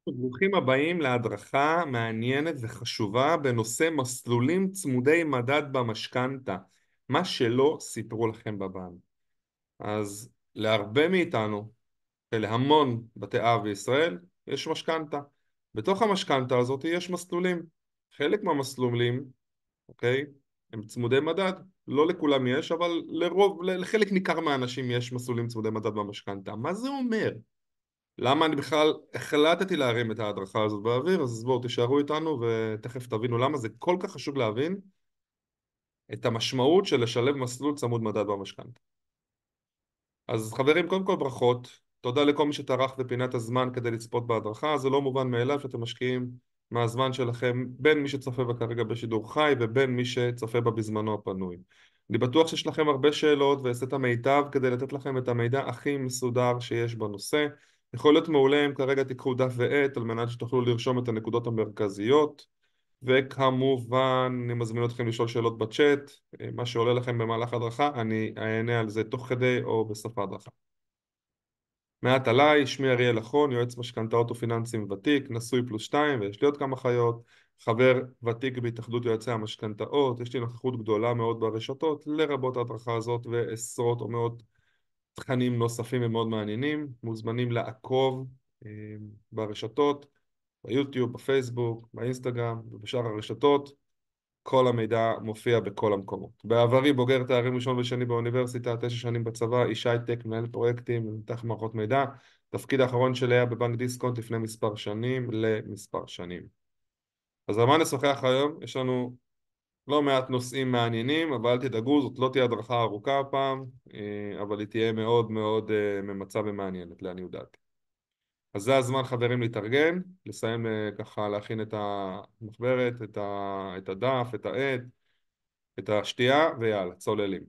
ברוכים הבאים להדרכה מעניינת וחשובה בנושא מסלולים צמודי מדד במשכנתה, מה שלא סיפרו לכם בבנק. אז להרבה מאיתנו ולהמון בתי אב בישראל יש משכנתה. בתוך המשכנתה הזאת יש מסלולים. חלק מהמסלולים, אוקיי, הם צמודי מדד. לא לכולם יש, אבל לחלק ניכר מהאנשים יש מסלולים צמודי מדד במשכנתה. מה זה אומר? למה אני בכלל החלטתי להרים את ההדרכה הזאת באוויר? אז בואו תישארו איתנו ותכף תבינו למה זה כל כך חשוב להבין את המשמעות של לשלב מסלול צמוד מדד במשכנתה. אז חברים, קודם כל ברכות. תודה לכל מי שטרח ופינה את הזמן כדי לצפות בהדרכה. זה לא מובן מאליו שאתם משקיעים מהזמן שלכם בין מי שצופה בה כרגע בשידור חי ובין מי שצופה בה בזמנו הפנוי. אני בטוח שיש לכם הרבה שאלות ואעשה את המיטב כדי לתת לכם את המידע הכי מסודר שיש בנושא. יכול להיות מעולה אם כרגע תיקחו דף ועט על מנת שתוכלו לרשום את הנקודות המרכזיות, וכמובן אני מזמין אתכם לשאול שאלות בצ'אט. מה שעולה לכם במהלך ההדרכה אני אענה על זה תוך כדי או בסוף ההדרכה. מעט עליי, שמי אריאל אחון, יועץ משכנתאות ופיננסים ותיק, נשוי פלוס 2 ויש לי עוד כמה חיות, חבר ותיק בהתאחדות יועצי המשכנתאות. יש לי נוכחות גדולה מאוד ברשתות, לרבות ההדרכה הזאת ועשרות או מאות תכנים נוספים ומאוד מעניינים. מוזמנים לעקוב ברשתות, ביוטיוב, בפייסבוק, באינסטגרם ובשאר הרשתות. כל המידע מופיע בכל המקומות. בעברי בוגר תארים ראשון ושני באוניברסיטה, 9 שנים בצבא, איש הייטק, מנהל פרויקטים, מנתח מערכות מידע. תפקיד האחרון שלי היה בבנק דיסקונט לפני מספר שנים למספר שנים. אז על מה נשוחח היום? יש לנו לא מעט נושאים מעניינים, אבל אל תדאגו, זאת לא תהיה הדרכה ארוכה הפעם, אבל היא תהיה מאוד מאוד ממצה ומעניינת, לעניות דעתי. אז זה הזמן, חברים, להתארגן, לסיים ככה להכין את המחברת, את הדף, את העט, את השתייה, ויאללה, צוללים.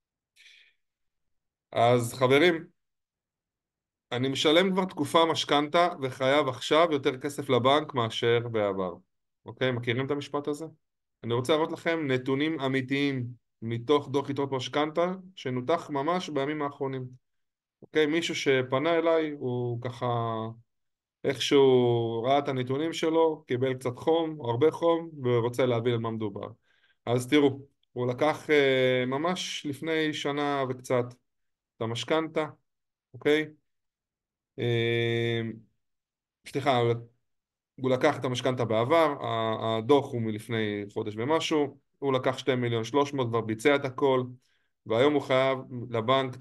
אז חברים, אני משלם כבר תקופה משכנתה וחייב עכשיו יותר כסף לבנק מאשר בעבר. אוקיי, מכירים את המשפט הזה? אני רוצה להראות לכם נתונים אמיתיים מתוך דוח יתרות משכנתה שנותח ממש בימים האחרונים. אוקיי, מישהו שפנה אליי, הוא ככה איכשהו ראה את הנתונים שלו, קיבל קצת חום או הרבה חום ורוצה להבין על מה מדובר. אז תראו, הוא לקח ממש לפני שנה וקצת את המשכנתה, אוקיי? אה, סליחה, הוא לקח את המשכנתה בעבר, הדוח הוא מלפני חודש ומשהו, הוא לקח 2,300,000, כבר ביצע את הכל, והיום הוא חייב לבנק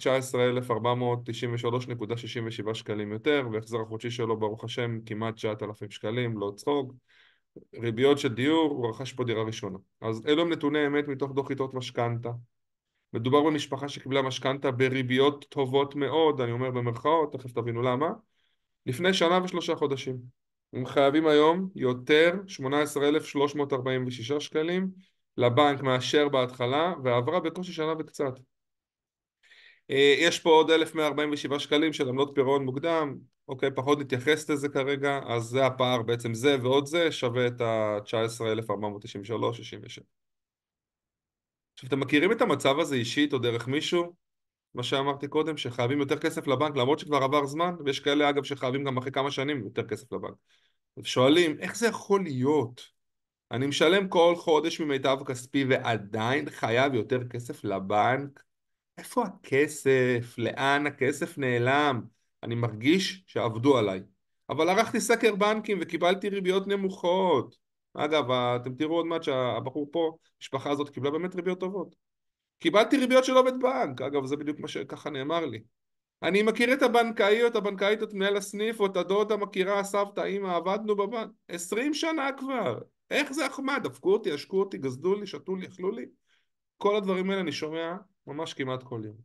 19,493.67 שקלים יותר, והחזר החודשי שלו ברוך השם כמעט 9,000 שקלים, לא צחוק. ריביות של דיור, הוא רכש פה דירה ראשונה. אז אלו הם נתוני אמת מתוך דוח יתרות משכנתה. מדובר במשפחה שקיבלה משכנתה בריביות טובות מאוד, אני אומר במרכאות, תכף תבינו למה, לפני שנה ושלושה חודשים. הם חייבים היום יותר 18,346 שקלים לבנק מאשר בהתחלה, ועברה בקושי שנה וקצת. יש פה עוד 1,147 שקלים של עמלות פירעון מוקדם, אוקיי, פחות נתייחס לזה כרגע, אז זה הפער, בעצם זה ועוד זה שווה את ה-19,493.67. עכשיו, אתם מכירים את המצב הזה אישית או דרך מישהו? מה שאמרתי קודם, שחייבים יותר כסף לבנק, למרות שכבר עבר זמן, ויש כאלה אגב שחייבים גם אחרי כמה שנים יותר כסף לבנק. שואלים, איך זה יכול להיות? אני משלם כל חודש ממיטב כספי ועדיין חייב יותר כסף לבנק? איפה הכסף? לאן הכסף נעלם? אני מרגיש שעבדו עליי. אבל ערכתי סקר בנקים וקיבלתי ריביות נמוכות. אגב, אתם תראו עוד מעט שהבחור פה, המשפחה הזאת קיבלה באמת ריביות טובות. קיבלתי ריביות של עובד בנק. אגב, זה בדיוק מה שככה נאמר לי. אני מכיר את הבנקאי או את הבנקאית, את מנהל הסניף או את הדוד המכירה, הסבתא, אמא, עבדנו בבנק 20 שנה כבר. איך זה אחמד? דפקו אותי, עשקו אותי, גזדו לי, שתו לי, אכלו לי. כל הדברים האלה אני שומע ממש כמעט כל יום.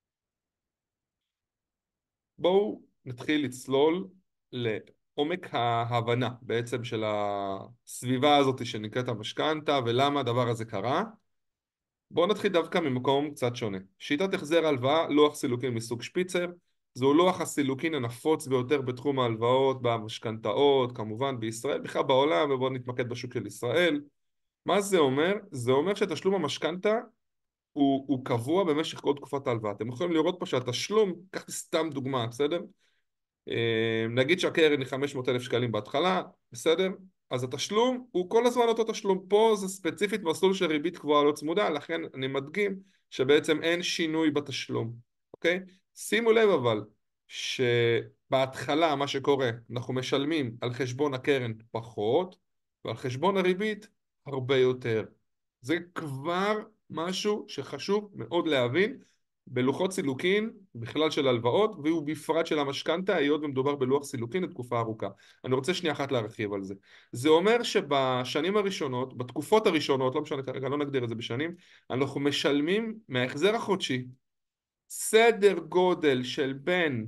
בואו נתחיל לצלול לעומק ההבנה בעצם של הסביבה הזאת שנקראת המשכנתה ולמה הדבר הזה קרה. בואו נתחיל דווקא ממקום קצת שונה. שיטת החזר הלוואה, לוח סילוקין מסוג שפיצר, זהו לוח הסילוקין הנפוץ ביותר בתחום ההלוואות, במשכנתאות, כמובן בישראל, בכלל בעולם, ובואו נתמקד בשוק של ישראל. מה זה אומר? זה אומר שתשלום המשכנתה הוא קבוע במשך כל תקופת ההלוואה. אתם יכולים לראות פה שהתשלום, קח סתם דוגמה, בסדר? נגיד שהקרן היא 500,000 שקלים בהתחלה, בסדר? אז התשלום הוא כל הזמן אותו תשלום. פה זה ספציפית מסלול של ריבית קבועה לא צמודה, לכן אני מדגים שבעצם אין שינוי בתשלום, אוקיי? שימו לב אבל שבהתחלה מה שקורה, אנחנו משלמים על חשבון הקרן פחות ועל חשבון הריבית הרבה יותר. זה כבר משהו שחשוב מאוד להבין בלוחות סילוקין בכלל של הלוואות, והוא בפרט של המשכנתא, היות ומדובר בלוח סילוקין לתקופה ארוכה. אני רוצה שנייה אחת להרחיב על זה. זה אומר שבשנים הראשונות, בתקופות הראשונות, לא משנה כרגע, לא נגדיר את זה בשנים, אנחנו משלמים מההחזר החודשי סדר גודל של בין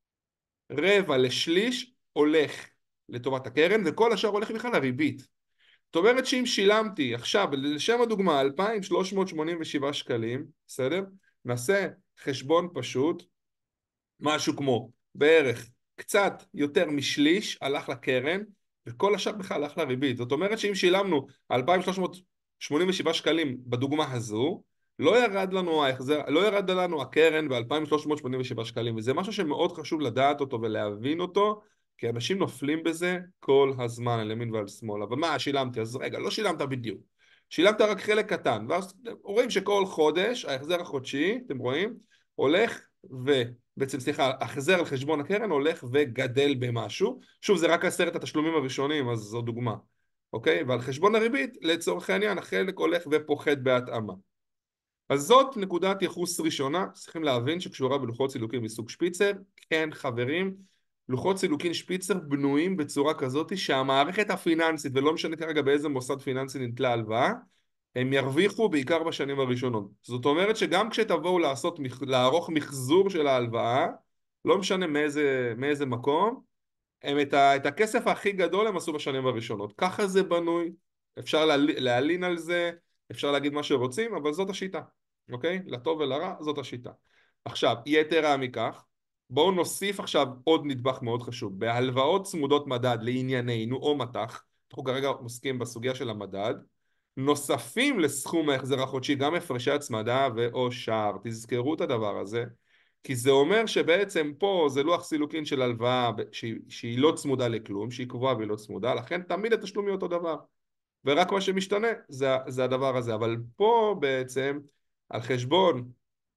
רבע לשליש הולך לטובת הקרן, וכל השאר הולך בכלל לריבית. זאת אומרת שאם שילמתי עכשיו, לשם הדוגמה, 2,387 שקלים, בסדר? נעשה חשבון פשוט, משהו כמו בערך קצת יותר משליש הלך לקרן, וכל השאר בכלל הלך לריבית. זאת אומרת שאם שילמנו 2,387 שקלים בדוגמה הזו, לא ירד לנו ההחזר, לא ירד לנו הקרן ב-2,387 שקלים, וזה משהו שמאוד חשוב לדעת אותו ולהבין אותו, כי אנשים נופלים בזה כל הזמן על ימין ועל שמאל. אבל מה, שילמתי? אז רגע, לא שילמת בדיוק. שילמת רק חלק קטן, ואז רואים שכל חודש ההחזר החודשי, אתם רואים, הולך בעצם סליחה, החזר על חשבון הקרן הולך וגדל במשהו. שוב, זה רק 10 התשלומים הראשונים, אז זו דוגמה, אוקיי? ועל חשבון הריבית, לצורך העניין, החלק הולך ופוחת בהתאמה. אז זאת נקודת יחוס ראשונה, צריכים להבין שקשורה בלוחות סילוקין מסוג שפיצר. כן, חברים, לוחות סילוקין שפיצר בנויים בצורה כזאת שהמערכת הפיננסית, ולא משנה כרגע באיזה מוסד פיננסי ניטלה הלוואה, הם ירוויחו בעיקר בשנים הראשונות. זאת אומרת שגם כשתבואו לערוך מחזור של ההלוואה, לא משנה מאיזה מקום, הם את הכסף הכי גדול הם עשו בשנים הראשונות. ככה זה בנוי, אפשר להלין על זה, אפשר להגיד מה שרוצים, אבל זאת השיטה, אוקיי? לטוב ולרע, זאת השיטה. עכשיו, יתרה מכך, בואו נוסיף עכשיו עוד נדבך מאוד חשוב. בהלוואות צמודות מדד לענייננו או מט"ח, אנחנו כרגע עוסקים בסוגיה של המדד, נוספים לסכום ההחזר החודשי גם הפרשי הצמדה ואו שער. תזכרו את הדבר הזה, כי זה אומר שבעצם פה זה לוח סילוקין של הלוואה שהיא לא צמודה לכלום, שהיא קבועה והיא לא צמודה, לכן תמיד התשלום יהיה אותו דבר, ורק מה שמשתנה זה הדבר הזה. אבל פה בעצם על חשבון,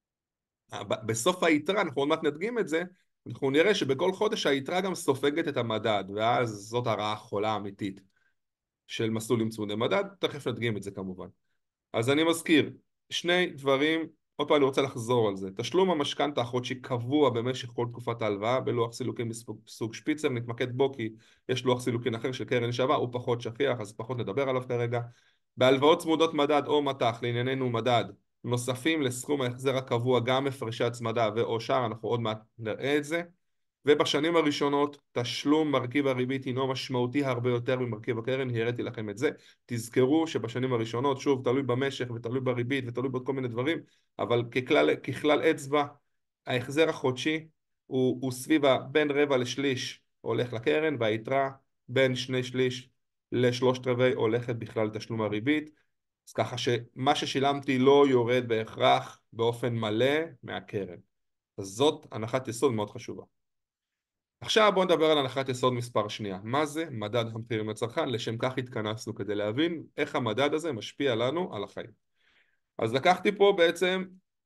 בסוף היתרה, אנחנו עוד מעט נדגים את זה, אנחנו נראה שבכל חודש היתרה גם סופגת את המדד, ואז זאת הרעה החולה האמיתית של מסלולים צמודי מדד. תכף נדגים את זה כמובן. אז אני מזכיר, שני דברים, עוד פעם אני רוצה לחזור על זה. תשלום המשכנתא החודשי קבוע במשך כל תקופת ההלוואה בלוח סילוקין מסוג שפיצר, נתמקד בו כי יש לוח סילוקין אחר של קרן שווה, הוא פחות שכיח, אז פחות נדבר עליו כרגע. בהלוואות צמודות מדד או מט"ח, לענייננו מדד, נוספים לסכום ההחזר הקבוע גם הפרשי הצמדה ואו שער, אנחנו עוד מעט נראה את זה. ובשנים הראשונות תשלום מרכיב הריבית הינו משמעותי הרבה יותר ממרכיב הקרן, הראיתי לכם את זה. תזכרו שבשנים הראשונות, שוב, תלוי במשך ותלוי בריבית ותלוי בכל מיני דברים, אבל ככלל אצבע, ההחזר החודשי הוא סביב בין רבע לשליש הולך לקרן, והיתרה בין שני שליש לשלושת רבעי הולכת בכלל לתשלום הריבית. אז ככה שמה ששילמתי לא יורד בהכרח באופן מלא מהקרן. אז זאת הנחת יסוד מאוד חשובה. עכשיו בואו נדבר על הנחת יסוד מספר שנייה. מה זה מדד המחירים לצרכן? לשם כך התכנסנו כדי להבין איך המדד הזה משפיע לנו על החיים. אז לקחתי פה בעצם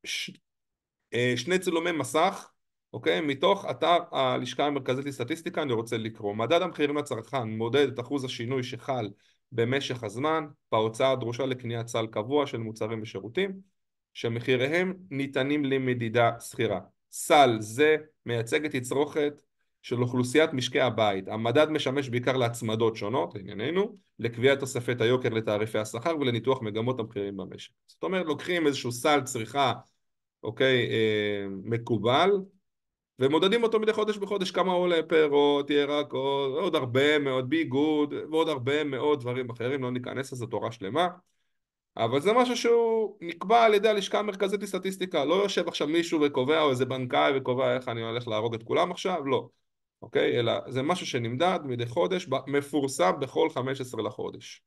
שני צילומי מסך, אוקיי? מתוך אתר הלשכה המרכזית לסטטיסטיקה אני רוצה לקרוא. מדד המחירים לצרכן מודד את אחוז השינוי שחל במשך הזמן בהוצאה הדרושה לקניית סל קבוע של מוצרים ושירותים שמחיריהם ניתנים למדידה סחירה. סל זה מייצג את תצרוכת של אוכלוסיית משקי הבית. המדד משמש בעיקר להצמדות שונות, לענייננו, לקביעת תוספת היוקר לתעריפי השכר ולניתוח מגמות המחירים במשק. זאת אומרת, לוקחים איזשהו סל צריכה, אוקיי, מקובל, ומודדים אותו מדי חודש בחודש, כמה עולה פירות, ירקות, ועוד הרבה מאוד ביגוד, ועוד הרבה מאוד דברים אחרים, לא ניכנס לזה, תורה שלמה. אבל זה משהו שהוא נקבע על ידי הלשכה המרכזית לסטטיסטיקה. לא יושב עכשיו מישהו וקובע, או איזה בנקאי וקובע איך אני הולך להרוג את כולם עכשיו, לא. אוקיי? אלא זה משהו שנמדד מדי חודש, מפורסם בכל 15 לחודש.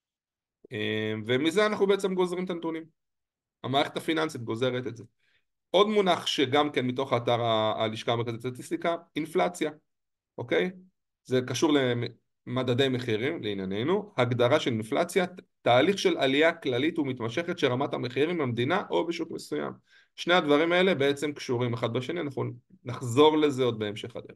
ומזה אנחנו בעצם גוזרים את הנתונים. המערכת הפיננסית גוזרת את זה. עוד מונח שגם כן מתוך אתר הלשכה המרכזית לסטטיסטיקה, אינפלציה. אוקיי? זה קשור למדדי מחירים, לענייננו, הגדרה של אינפלציה, תהליך של עלייה כללית ומתמשכת של רמת המחירים במדינה או בשוק מסוים. שני הדברים האלה בעצם קשורים אחד בשני, אנחנו נחזור לזה עוד בהמשך הדרך.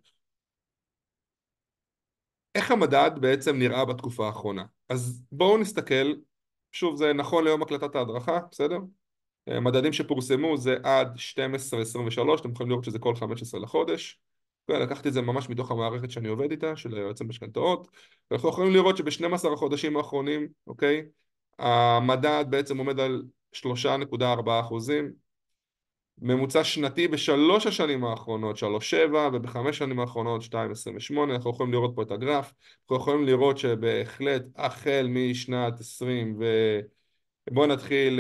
איך המדד בעצם נראה בתקופה האחרונה? אז בואו נסתכל, שוב זה נכון ליום הקלטת ההדרכה, בסדר? מדדים שפורסמו זה עד 12-23, אתם יכולים לראות שזה כל 15 לחודש. לקחתי את זה ממש מתוך המערכת שאני עובד איתה, של יועצי משכנתאות. ואנחנו יכולים לראות שב-12 החודשים האחרונים, אוקיי, המדד בעצם עומד על 3.4%, ממוצע שנתי בשלוש השנים האחרונות 3.7 ובחמש שנים האחרונות 2.28. אנחנו יכולים לראות פה את הגרף, אנחנו יכולים לראות שבהחלט החל משנת 20 בואו נתחיל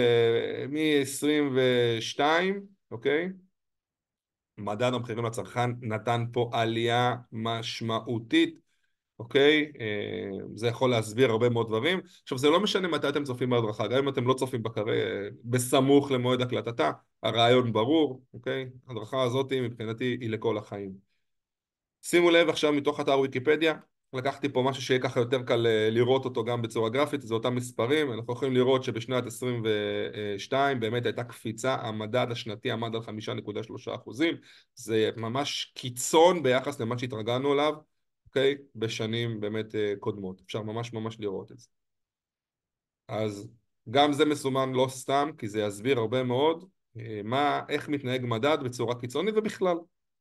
מ-22, אוקיי? מדד המחירים לצרכן נתן פה עלייה משמעותית, אוקיי? זה יכול להסביר הרבה מאוד דברים. עכשיו, זה לא משנה מתי אתם צופים בהדרכה, גם אם אתם לא צופים בסמוך למועד הקלטתה, הרעיון ברור, אוקיי? ההדרכה הזאת מבחינתי היא לכל החיים. שימו לב עכשיו מתוך אתר ויקיפדיה, לקחתי פה משהו שיהיה ככה יותר קל לראות אותו גם בצורה גרפית, זה אותם מספרים, אנחנו יכולים לראות שבשנת 22 באמת הייתה קפיצה, המדד השנתי עמד על 5.3%, זה ממש קיצון ביחס למה שהתרגלנו אליו, אוקיי? בשנים באמת קודמות, אפשר ממש ממש לראות את זה. אז גם זה מסומן לא סתם, כי זה יסביר הרבה מאוד איך מתנהג מדד בצורה קיצונית ובכלל.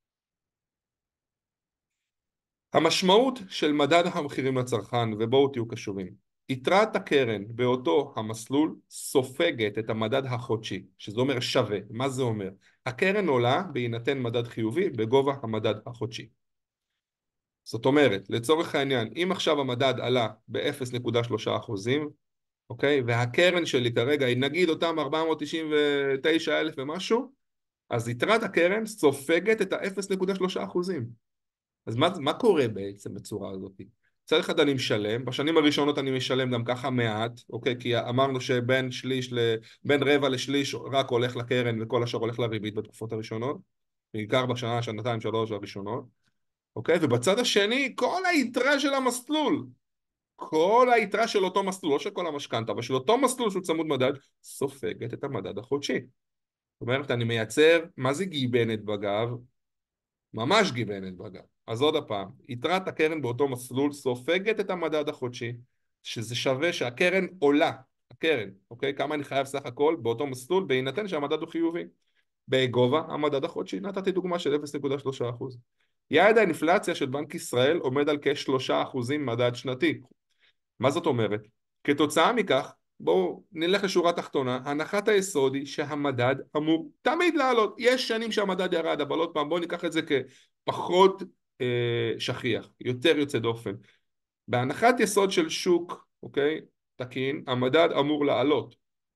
המשמעות של מדד המחירים לצרכן, ובואו תהיו קשובים, יתרת הקרן באותו המסלול סופגת את המדד החודשי, שזה אומר שווה. מה זה אומר? הקרן עולה בהינתן מדד חיובי בגובה המדד החודשי. זאת אומרת, לצורך העניין, אם עכשיו המדד עלה ב-0.3%, אוקיי? והקרן שלי כרגע היא נגיד אותם 499,000 ומשהו, אז יתרת הקרן סופגת את ה-0.3%. אז מה קורה בעצם בצורה הזאת? מצד אחד אני משלם, בשנים הראשונות אני משלם גם ככה מעט, אוקיי? כי אמרנו בין רבע לשליש רק הולך לקרן וכל השאר הולך לריבית בתקופות הראשונות, בעיקר בשנה, שנתיים, שלוש הראשונות, אוקיי? ובצד השני, כל היתרה של המסלול, כל היתרה של אותו מסלול, לא של כל המשכנתא, אבל של אותו מסלול שהוא צמוד מדד, סופגת את המדד החודשי. זאת אומרת, אני מייצר, מה זה גיבנת בגב? ממש גיבנת בגב. אז עוד הפעם, יתרת הקרן באותו מסלול סופגת את המדד החודשי, שזה שווה שהקרן עולה, הקרן, אוקיי? כמה אני חייב סך הכל באותו מסלול, בהינתן שהמדד הוא חיובי. בגובה המדד החודשי, נתתי דוגמה של 0.3%. יעד האינפלציה של בנק ישראל עומד על כ3% מדד שנתי. מה זאת אומרת? כתוצאה מכך, בואו נלך לשורה תחתונה, הנחת היסוד היא שהמדד אמור תמיד לעלות. יש שנים שהמדד ירד, אבל עוד פעם בואו ניקח את זה כפחות שכיח, יותר יוצא דופן. בהנחת יסוד של שוק, אוקיי, תקין, המדד אמור לעלות.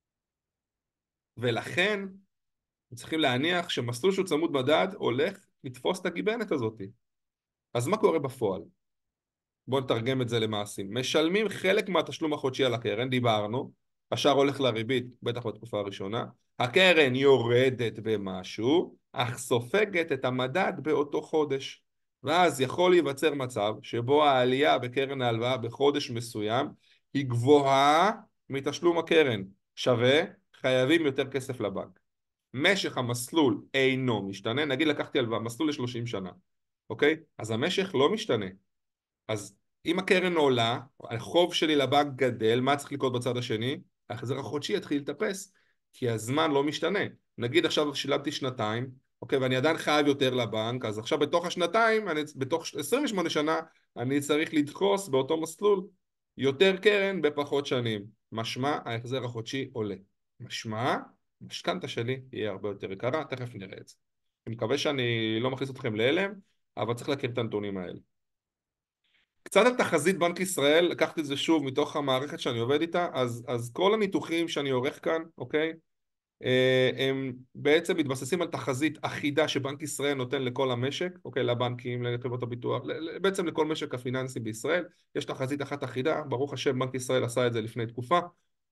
ולכן צריכים להניח שמסלול שהוא צמוד מדד הולך לתפוס את הגיבנת הזאת. אז מה קורה בפועל? בואו נתרגם את זה למעשים. משלמים חלק מהתשלום החודשי על הקרן, דיברנו, השאר הולך לריבית, בטח בתקופה הראשונה, הקרן יורדת במשהו, אך סופגת את המדד באותו חודש. ואז יכול להיווצר מצב שבו העלייה בקרן ההלוואה בחודש מסוים היא גבוהה מתשלום הקרן. שווה, חייבים יותר כסף לבנק. משך המסלול אינו משתנה, נגיד לקחתי הלוואה, מסלול ל-30 שנה, אוקיי? אז המשך לא משתנה. אז אם הקרן עולה, החוב שלי לבנק גדל, מה צריך לקרות בצד השני? ההחזר החודשי יתחיל לטפס, כי הזמן לא משתנה. נגיד עכשיו שילמתי שנתיים, אוקיי, ואני עדיין חייב יותר לבנק, אז עכשיו בתוך השנתיים, בתוך 28 שנה, אני צריך לדחוס באותו מסלול יותר קרן בפחות שנים. משמע, ההחזר החודשי עולה. משמע, המשכנתא שלי יהיה הרבה יותר יקרה, תכף נראה את זה. אני מקווה שאני לא מכניס אתכם להלם, אבל צריך להכיר את הנתונים האלה. קצת על תחזית בנק ישראל, לקחתי את זה שוב מתוך המערכת שאני עובד איתה, אז כל הניתוחים שאני עורך כאן, אוקיי, הם בעצם מתבססים על תחזית אחידה שבנק ישראל נותן לכל המשק, אוקיי, לבנקים, לחברות הביטוח, בעצם לכל משק הפיננסי בישראל, יש תחזית אחת אחידה, ברוך השם בנק ישראל עשה את זה לפני תקופה,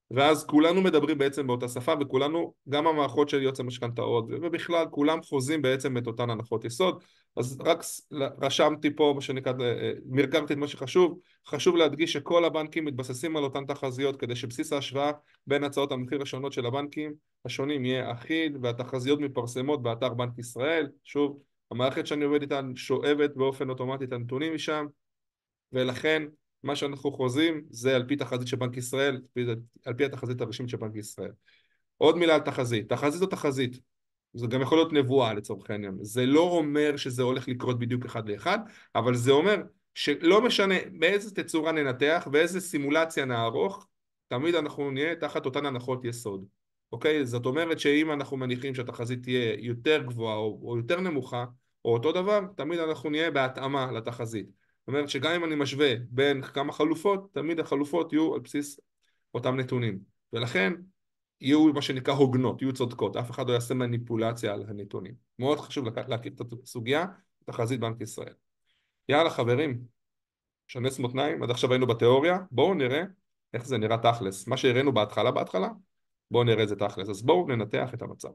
ואז כולנו מדברים בעצם באותה שפה, וכולנו, גם המערכות של יועצי משכנתאות, ובכלל כולם חוזים בעצם את אותן הנחות יסוד. אז רק רשמתי פה מה שנקרא, מרגרתי את מה שחשוב. חשוב להדגיש שכל הבנקים מתבססים על אותן תחזיות, כדי שבסיס ההשוואה בין הצעות המחיר השונות של הבנקים השונים יהיה אחיד, והתחזיות מתפרסמות באתר בנק ישראל. שוב, המערכת שאני עובד איתה שואבת באופן אוטומטי את הנתונים משם, ולכן מה שאנחנו חוזים זה על פי תחזית של בנק ישראל, על פי התחזית הרשמית של בנק ישראל. עוד מילה על תחזית. תחזית זו תחזית. זה גם יכול להיות נבואה לצורך העניין. זה לא אומר שזה הולך לקרות בדיוק אחד לאחד, אבל זה אומר שלא משנה באיזה תצורה ננתח ואיזה סימולציה נערוך, תמיד אנחנו נהיה תחת אותן הנחות יסוד. אוקיי? זאת אומרת שאם אנחנו מניחים שהתחזית תהיה יותר גבוהה או יותר נמוכה, או אותו דבר, תמיד אנחנו נהיה בהתאמה לתחזית. זאת אומרת שגם אם אני משווה בין כמה חלופות, תמיד החלופות יהיו על בסיס אותם נתונים. ולכן יהיו מה שנקרא הוגנות, יהיו צודקות, אף אחד לא יעשה מניפולציה על הנתונים. מאוד חשוב להכיר את הסוגיה, תחזית בנק ישראל. יאללה חברים, שנס מותניים, עד עכשיו היינו בתיאוריה, בואו נראה איך זה נראה תכלס. מה שהראינו בהתחלה, בואו נראה את זה תכלס. אז בואו ננתח את המצב.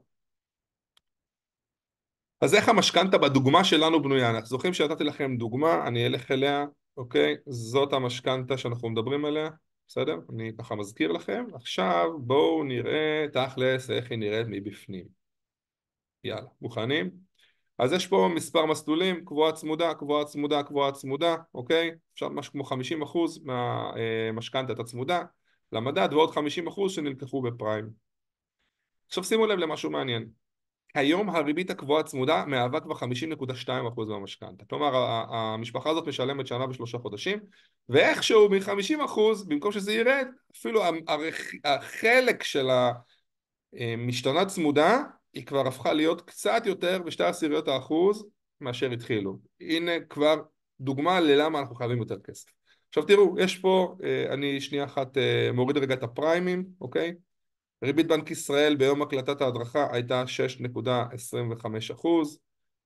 אז איך המשכנתה בדוגמה שלנו בנויה? אנחנו זוכרים שנתתי לכם דוגמה, אני אלך אליה, אוקיי? זאת המשכנתה שאנחנו מדברים עליה, בסדר? אני ככה מזכיר לכם. עכשיו בואו נראה תכלס איך היא נראית מבפנים. יאללה, מוכנים? אז יש פה מספר מסלולים, קבועה צמודה, קבועה צמודה, קבועה צמודה, אוקיי? אפשר משהו כמו 50% מהמשכנתא הצמודה למדד, ועוד 50% שנלקחו בפריים. עכשיו שימו לב למשהו מעניין. היום הריבית הקבועה צמודה מהווה כבר 50.2% מהמשכנתא. כלומר, המשפחה הזאת משלמת שנה ושלושה חודשים, ואיכשהו מ-50%, במקום שזה ירד, אפילו החלק של המשתנה צמודה, היא כבר הפכה להיות קצת יותר ב0.2% מאשר התחילו. הנה כבר דוגמה ללמה אנחנו חייבים יותר כסף. עכשיו תראו, יש פה, אני שנייה אחת מוריד רגע את הפריימים, אוקיי? ריבית בנק ישראל ביום הקלטת ההדרכה הייתה 6.25%,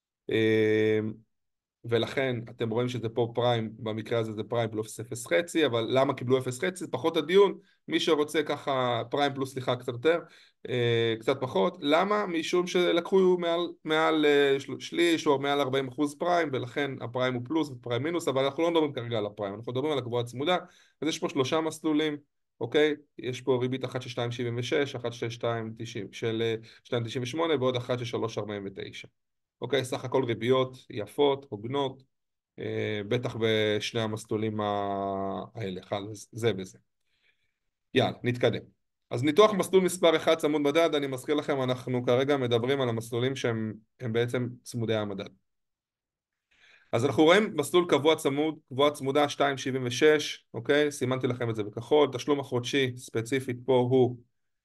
ולכן אתם רואים שזה פה פריים, במקרה הזה זה פריים פלוס 0.5, אבל למה קיבלו 0.5? פחות הדיון, מי שרוצה ככה פריים פלוס, סליחה, קצת יותר, קצת פחות, למה? משום שלקחו מעל שליש או מעל 40% פריים, ולכן הפריים הוא פלוס ופריים מינוס, אבל אנחנו לא מדברים כרגע על הפריים, אנחנו מדברים על הקבועה הצמודה. אז יש פה שלושה מסלולים, אוקיי? יש פה ריבית אחת של 2.76, אחת של 2.98 ועוד אחת של 3.49. אוקיי, סך הכל ריביות יפות, הוגנות, בטח בשני המסלולים האלה, זה בזה. יאללה, נתקדם. אז ניתוח מסלול מספר 1 צמוד מדד, אני מזכיר לכם, אנחנו כרגע מדברים על המסלולים שהם בעצם צמודי המדד. אז אנחנו רואים מסלול קבוע צמוד, קבועה צמודה 2.76, אוקיי? סימנתי לכם את זה בכחול, תשלום החודשי ספציפית פה הוא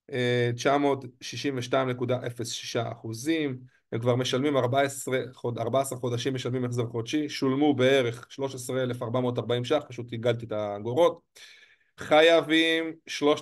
962.06%, הם כבר משלמים 14 חודשים משלמים החזר חודשי, שולמו בערך 13,440 ש"ח, פשוט הגלתי את האגורות, חייבים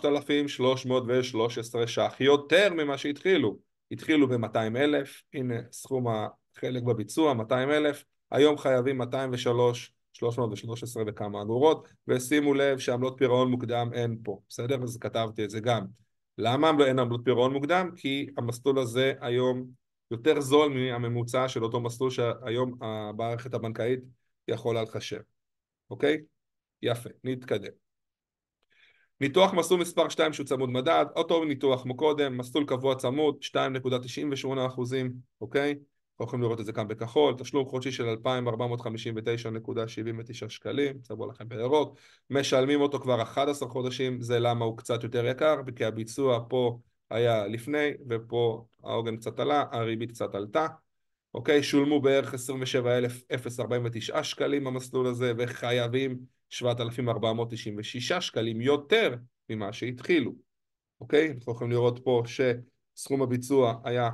3,313 ש"ח, יותר ממה שהתחילו, התחילו ב-200,000, הנה סכום החלק בביצוע, 200,000, היום חייבים 203,313 וכמה אגורות, ושימו לב שעמלות פירעון מוקדם אין פה, בסדר? אז כתבתי את זה גם. למה אין עמלות פירעון מוקדם? כי המסלול הזה היום יותר זול מהממוצע של אותו מסלול שהיום המערכת הבנקאית יכולה לחשב. אוקיי? יפה, נתקדם. ניתוח מסלול מספר 2 שהוא צמוד מדד, אותו ניתוח כמו קודם, מסלול קבוע צמוד, 2.98%, אוקיי? אנחנו יכולים לראות את זה כאן בכחול, תשלום חודשי של 2,459.79 שקלים, צבוע לכם בירוק, משלמים אותו כבר 11 חודשים, זה למה הוא קצת יותר יקר, כי הביצוע פה היה לפני, ופה העוגן קצת עלה, הריבית קצת עלתה, אוקיי? שולמו בערך 27,049 שקלים במסלול הזה, וחייבים 7,496 שקלים יותר ממה שהתחילו, אוקיי? אנחנו יכולים לראות פה שסכום הביצוע היה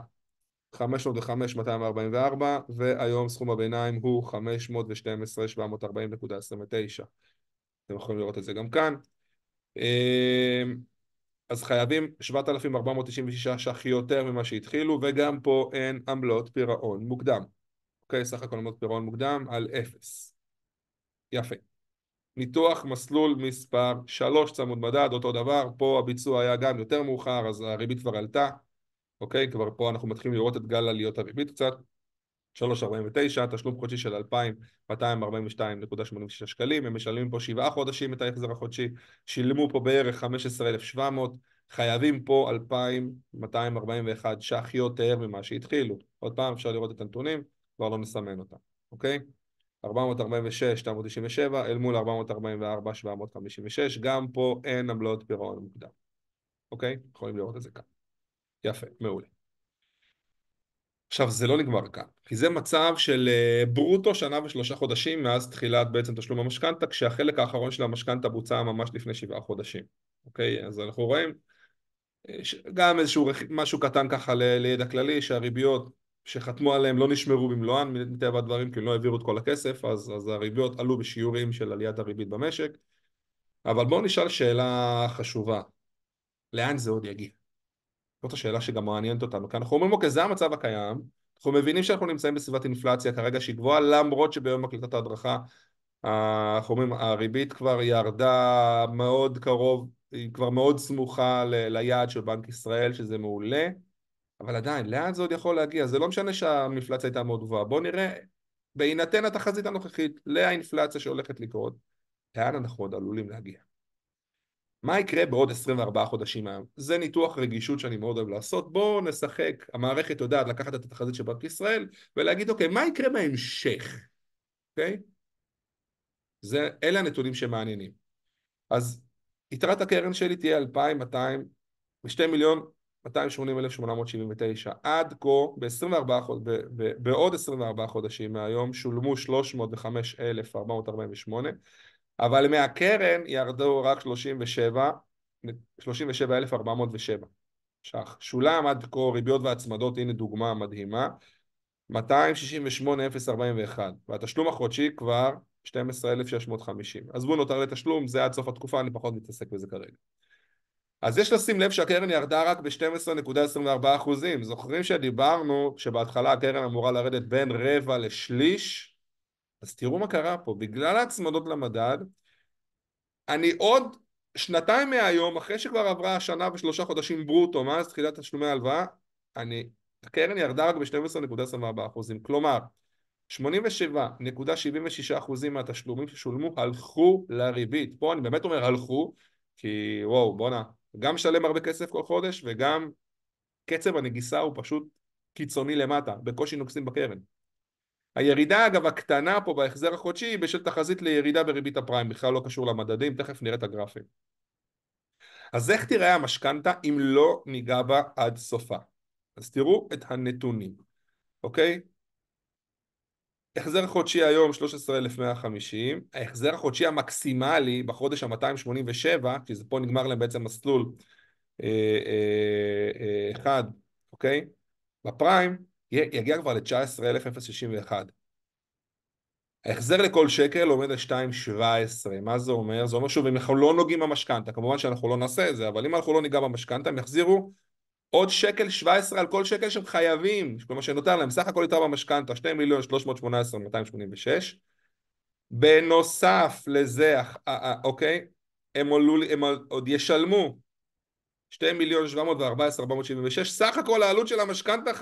505,244, והיום סכום הביניים הוא 512,740.29. אתם יכולים לראות את זה גם כאן. אז חייבים 7,496 ש"ח יותר ממה שהתחילו, וגם פה אין עמלות פירעון מוקדם. אוקיי, סך הכל עמלות פירעון מוקדם על 0. יפה. ניתוח מסלול מספר 3 צמוד מדד, אותו דבר, פה הביצוע היה גם יותר מאוחר, אז הריבית כבר עלתה, אוקיי? כבר פה אנחנו מתחילים לראות את גל עליות הריבית קצת, 3.49, תשלום חודשי של 2,242.86 שקלים, הם משלמים פה 7 חודשים את ההחזר החודשי, שילמו פה בערך 15,700, חייבים פה 2,241 ש"ח יותר ממה שהתחילו. עוד פעם אפשר לראות את הנתונים, כבר לא נסמן אותם, אוקיי? 446,997 אל מול 444,756, גם פה אין עמלות פירעון מוקדם, אוקיי? יכולים לראות את זה כאן. יפה, מעולה. עכשיו, זה לא נגמר כאן, כי זה מצב של ברוטו שנה ושלושה חודשים מאז תחילת בעצם תשלום המשכנתה, כשהחלק האחרון של המשכנתה בוצע ממש לפני 7 חודשים, אוקיי? אז אנחנו רואים גם איזשהו משהו קטן ככה לידע כללי, שהריביות שחתמו עליהם לא נשמרו במלואן מטבע הדברים, כי הם לא העבירו את כל הכסף, אז הריביות עלו בשיעורים של עליית הריבית במשק. אבל בואו נשאל שאלה חשובה, לאן זה עוד יגיע? זאת השאלה שגם מעניינת אותנו, כי אנחנו אומרים, אוקיי, זה המצב הקיים, אנחנו מבינים שאנחנו נמצאים בסביבת אינפלציה כרגע שהיא גבוהה, למרות שביום הקלטת ההדרכה, אנחנו אומרים, הריבית כבר ירדה מאוד קרוב, היא כבר מאוד סמוכה ליעד של בנק ישראל, שזה מעולה, אבל עדיין, לאן זה עוד יכול להגיע? זה לא משנה שהאינפלציה הייתה מאוד גבוהה, בואו נראה, בהינתן התחזית הנוכחית, לאינפלציה שהולכת לקרות, לאן אנחנו עוד עלולים להגיע? מה יקרה בעוד 24 חודשים היום? זה ניתוח רגישות שאני מאוד אוהב לעשות. בואו נשחק, המערכת יודעת לקחת את התחזית של בנק ישראל ולהגיד, אוקיי, מה יקרה בהמשך? אוקיי? אלה הנתונים שמעניינים. אז יתרת הקרן שלי תהיה 2,200 ו2,280,879. עד כה, בעוד 24 חודשים מהיום, שולמו 305,448, אבל מהקרן ירדו רק 37,407 ש"ח. שולם עד כה ריביות והצמדות, הנה דוגמה מדהימה, 268,041, והתשלום החודשי כבר 12,650. אז בואו נותר לתשלום, זה עד סוף התקופה, אני פחות מתעסק בזה כרגע. אז יש לשים לב שהקרן ירדה רק ב-12.24%. זוכרים שדיברנו שבהתחלה הקרן אמורה לרדת בין רבע לשליש? אז תראו מה קרה פה, בגלל ההצמדות למדד, אני עוד שנתיים מהיום, אחרי שכבר עברה שנה ושלושה חודשים ברוטו, מאז תחילת תשלומי ההלוואה, הקרן ירדה רק ב-12.24%. כלומר, 87.76% מהתשלומים ששולמו הלכו לריבית. פה אני באמת אומר הלכו, כי וואו, בוא'נה, גם משלם הרבה כסף כל חודש, וגם קצב הנגיסה הוא פשוט קיצוני למטה, בקושי נוגסים בקרן. הירידה אגב הקטנה פה בהחזר החודשי היא בשל תחזית לירידה בריבית הפריים, בכלל לא קשור למדדים, תכף נראה את הגרפים. אז איך תראה המשכנתה אם לא ניגע בה עד סופה? אז תראו את הנתונים, אוקיי? החזר חודשי היום 13,150, ההחזר החודשי המקסימלי בחודש ה-287, כי זה פה נגמר להם בעצם מסלול אחד, אוקיי? בפריים יגיע כבר ל-19,061. ההחזר לכל שקל עומד על 2.17. מה זה אומר? זה אומר שוב, אם אנחנו לא נוגעים במשכנתה, כמובן שאנחנו לא נעשה את זה, אבל אם אנחנו לא ניגע במשכנתה, הם יחזירו עוד שקל 17 על כל שקל שהם חייבים, כלומר שנותר להם, סך הכל יתרה במשכנתה, 2,318,286. בנוסף לזה, אוקיי, הם עוד ישלמו 2,714,476, סך הכל העלות של המשכנתה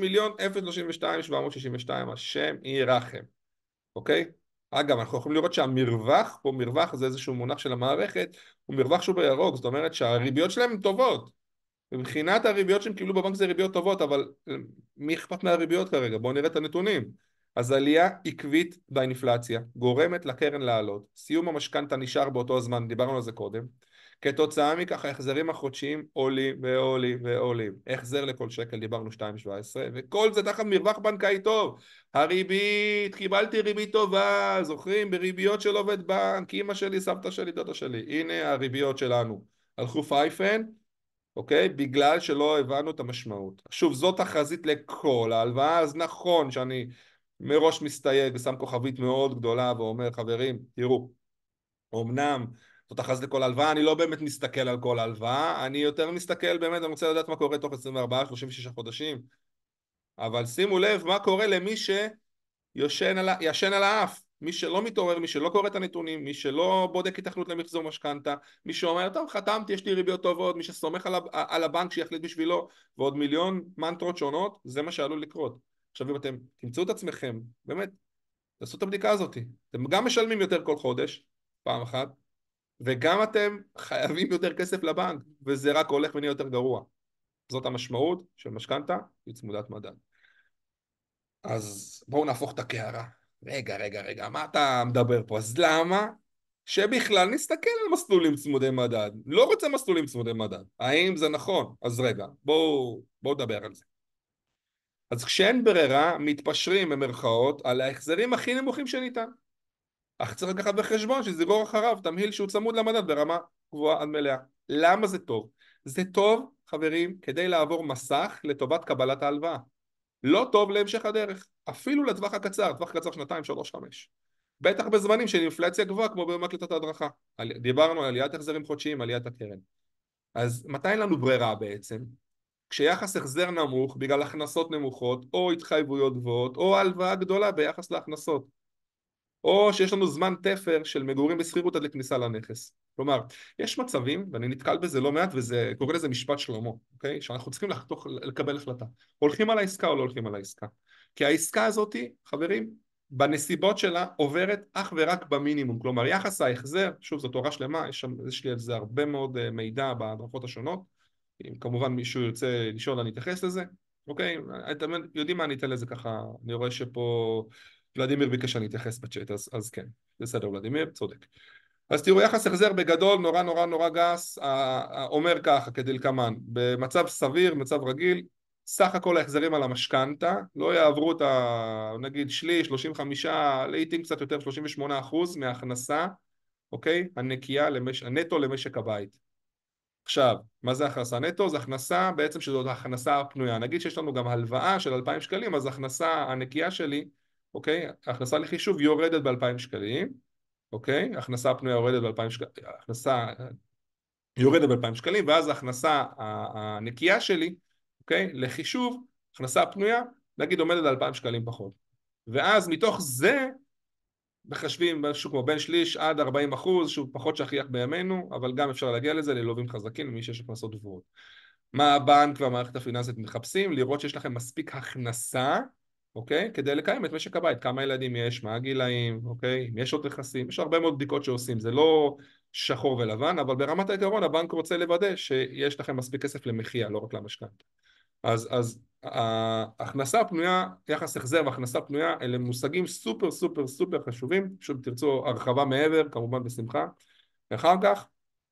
5,032,762, השם ירחם. אוקיי? אגב, אנחנו יכולים לראות שהמרווח, פה מרווח זה איזשהו מונח של המערכת, הוא מרווח שהוא בירוק, זאת אומרת שהריביות שלהם הן טובות. מבחינת הריביות שהם קיבלו בבנק זה ריביות טובות, אבל מי אכפת מהריביות כרגע? בואו נראה את הנתונים. אז עלייה עקבית באינפלציה גורמת לקרן לעלות, סיום המשכנתה נשאר באותו הזמן, דיברנו על זה קודם, כתוצאה מכך ההחזרים החודשיים עולים ועולים ועולים. החזר לכל שקל, דיברנו 2.17, וכל זה תחת מרווח בנקאי טוב. הריבית, קיבלתי ריבית טובה, זוכרים? בריביות של עובד בנק, אמא שלי, סבתא שלי, דודה שלי. הנה הריביות שלנו. הלכו פייפן, אוקיי? בגלל שלא הבנו את המשמעות. שוב, זאת תחזית לכל ההלוואה, אז נכון שאני מראש מסתייג ושם כוכבית מאוד גדולה ואומר, חברים, תראו, אמנם זאת תחזית לכל הלוואה, אני לא באמת מסתכל על כל הלוואה, אני יותר מסתכל באמת, אני רוצה לדעת מה קורה תוך 24-36 חודשים, אבל שימו לב מה קורה למי שישן על האף, מי שלא מתעורר, מי שלא קורא את הנתונים, מי שלא בודק התכנות למחזור משכנתה, מי שאומר, טוב, חתמתי, יש לי ריביות טובות, מי שסומך על הבנק שיחליט בשבילו, ועוד מיליון מנטרות שונות, זה מה שעלול לקרות. עכשיו, אם אתם תמצאו את עצמכם, באמת, תעשו את הבדיקה הזאת. אתם גם משלמים יותר כל חודש, פעם אחת, וגם אתם חייבים יותר כסף לבנק, וזה רק הולך ונהיה יותר גרוע. זאת המשמעות של משכנתה, היא צמודת מדד. אז בואו נהפוך את הקערה. רגע, מה אתה מדבר פה? אז למה שבכלל נסתכל על מסלולים צמודי מדד? לא רוצה מסלולים צמודי מדד. האם זה נכון? אז רגע, בואו נדבר על זה. אז כשאין ברירה, מתפשרים במרכאות על ההחזרים הכי נמוכים שניתן. אך צריך לקחת בחשבון שזה יגרור אחריו תמהיל שהוא צמוד למדד ברמה גבוהה עד מלאה. למה זה טוב? זה טוב, חברים, כדי לעבור מסך לטובת קבלת ההלוואה. לא טוב להמשך הדרך, אפילו לטווח הקצר, טווח קצר 2, 3, 5. בטח בזמנים של אינפלציה גבוהה כמו במקלטת ההדרכה. דיברנו על עליית החזרים חודשיים, עליית הקרן. אז מתי אין לנו ברירה בעצם? כשיחס החזר נמוך בגלל הכנסות נמוכות, או התחייבויות גבוהות, או הלוואה גדולה ביחס להכנסות. או שיש לנו זמן תפר של מגורים בסחירות עד לכניסה לנכס. כלומר, יש מצבים, ואני נתקל בזה לא מעט, וזה קורא לזה משפט שלמה, אוקיי? שאנחנו צריכים לקבל החלטה. הולכים על העסקה או לא הולכים על העסקה? כי העסקה הזאת, חברים, בנסיבות שלה עוברת אך ורק במינימום. כלומר, יחס ההחזר, שוב, זו תורה שלמה, יש לי על זה הרבה מאוד מידע בהדרכות השונות. אם כמובן מישהו ירצה לשאול, אני אתייחס לזה. אוקיי? אתם יודעים מה, אני אתן לזה ככה, אני רואה שפה ולדימיר ביקש שאני אתייחס בצ'אט, אז כן, בסדר ולדימיר, צודק. אז תראו, יחס החזר בגדול נורא גס, אומר ככה כדלקמן, במצב סביר, מצב רגיל, סך הכל ההחזרים על המשכנתה לא יעברו את נגיד שליש, 35, לעיתים קצת יותר 38% מההכנסה, אוקיי? הנטו למשק הבית. עכשיו, מה זה הכנסה נטו? זה הכנסה בעצם שזאת הכנסה הפנויה. נגיד שיש לנו גם הלוואה של 2,000 שקלים, אז הכנסה הנקייה שלי, אוקיי? ההכנסה לחישוב יורדת ב-2,000 שקלים, אוקיי? הכנסה הפנויה יורדת ב-2,000 שקלים, הכנסה יורדת ב-2,000 שקלים, ואז ההכנסה הנקייה שלי, אוקיי? לחישוב, הכנסה הפנויה, נגיד עומדת על 2,000 שקלים פחות. ואז מתוך זה, מחשבים משהו כמו בין שליש עד 40%, שהוא פחות שכיח בימינו, אבל גם אפשר להגיע לזה ללווים חזקים, למי שיש הכנסות גבוהות. מה הבנק והמערכת הפיננסית מחפשים? לראות שיש לכם מספיק הכנסה, אוקיי? כדי לקיים את משק הבית. כמה ילדים יש, מה הגילאים, אוקיי? אם יש עוד נכסים, יש הרבה מאוד בדיקות שעושים. זה לא שחור ולבן, אבל ברמת העיקרון הבנק רוצה לוודא שיש לכם מספיק כסף למחיה, לא רק למשכנתא. אז ההכנסה הפנויה, יחס החזר והכנסה פנויה, אלה מושגים סופר חשובים. פשוט תרצו הרחבה מעבר, כמובן בשמחה. ואחר כך,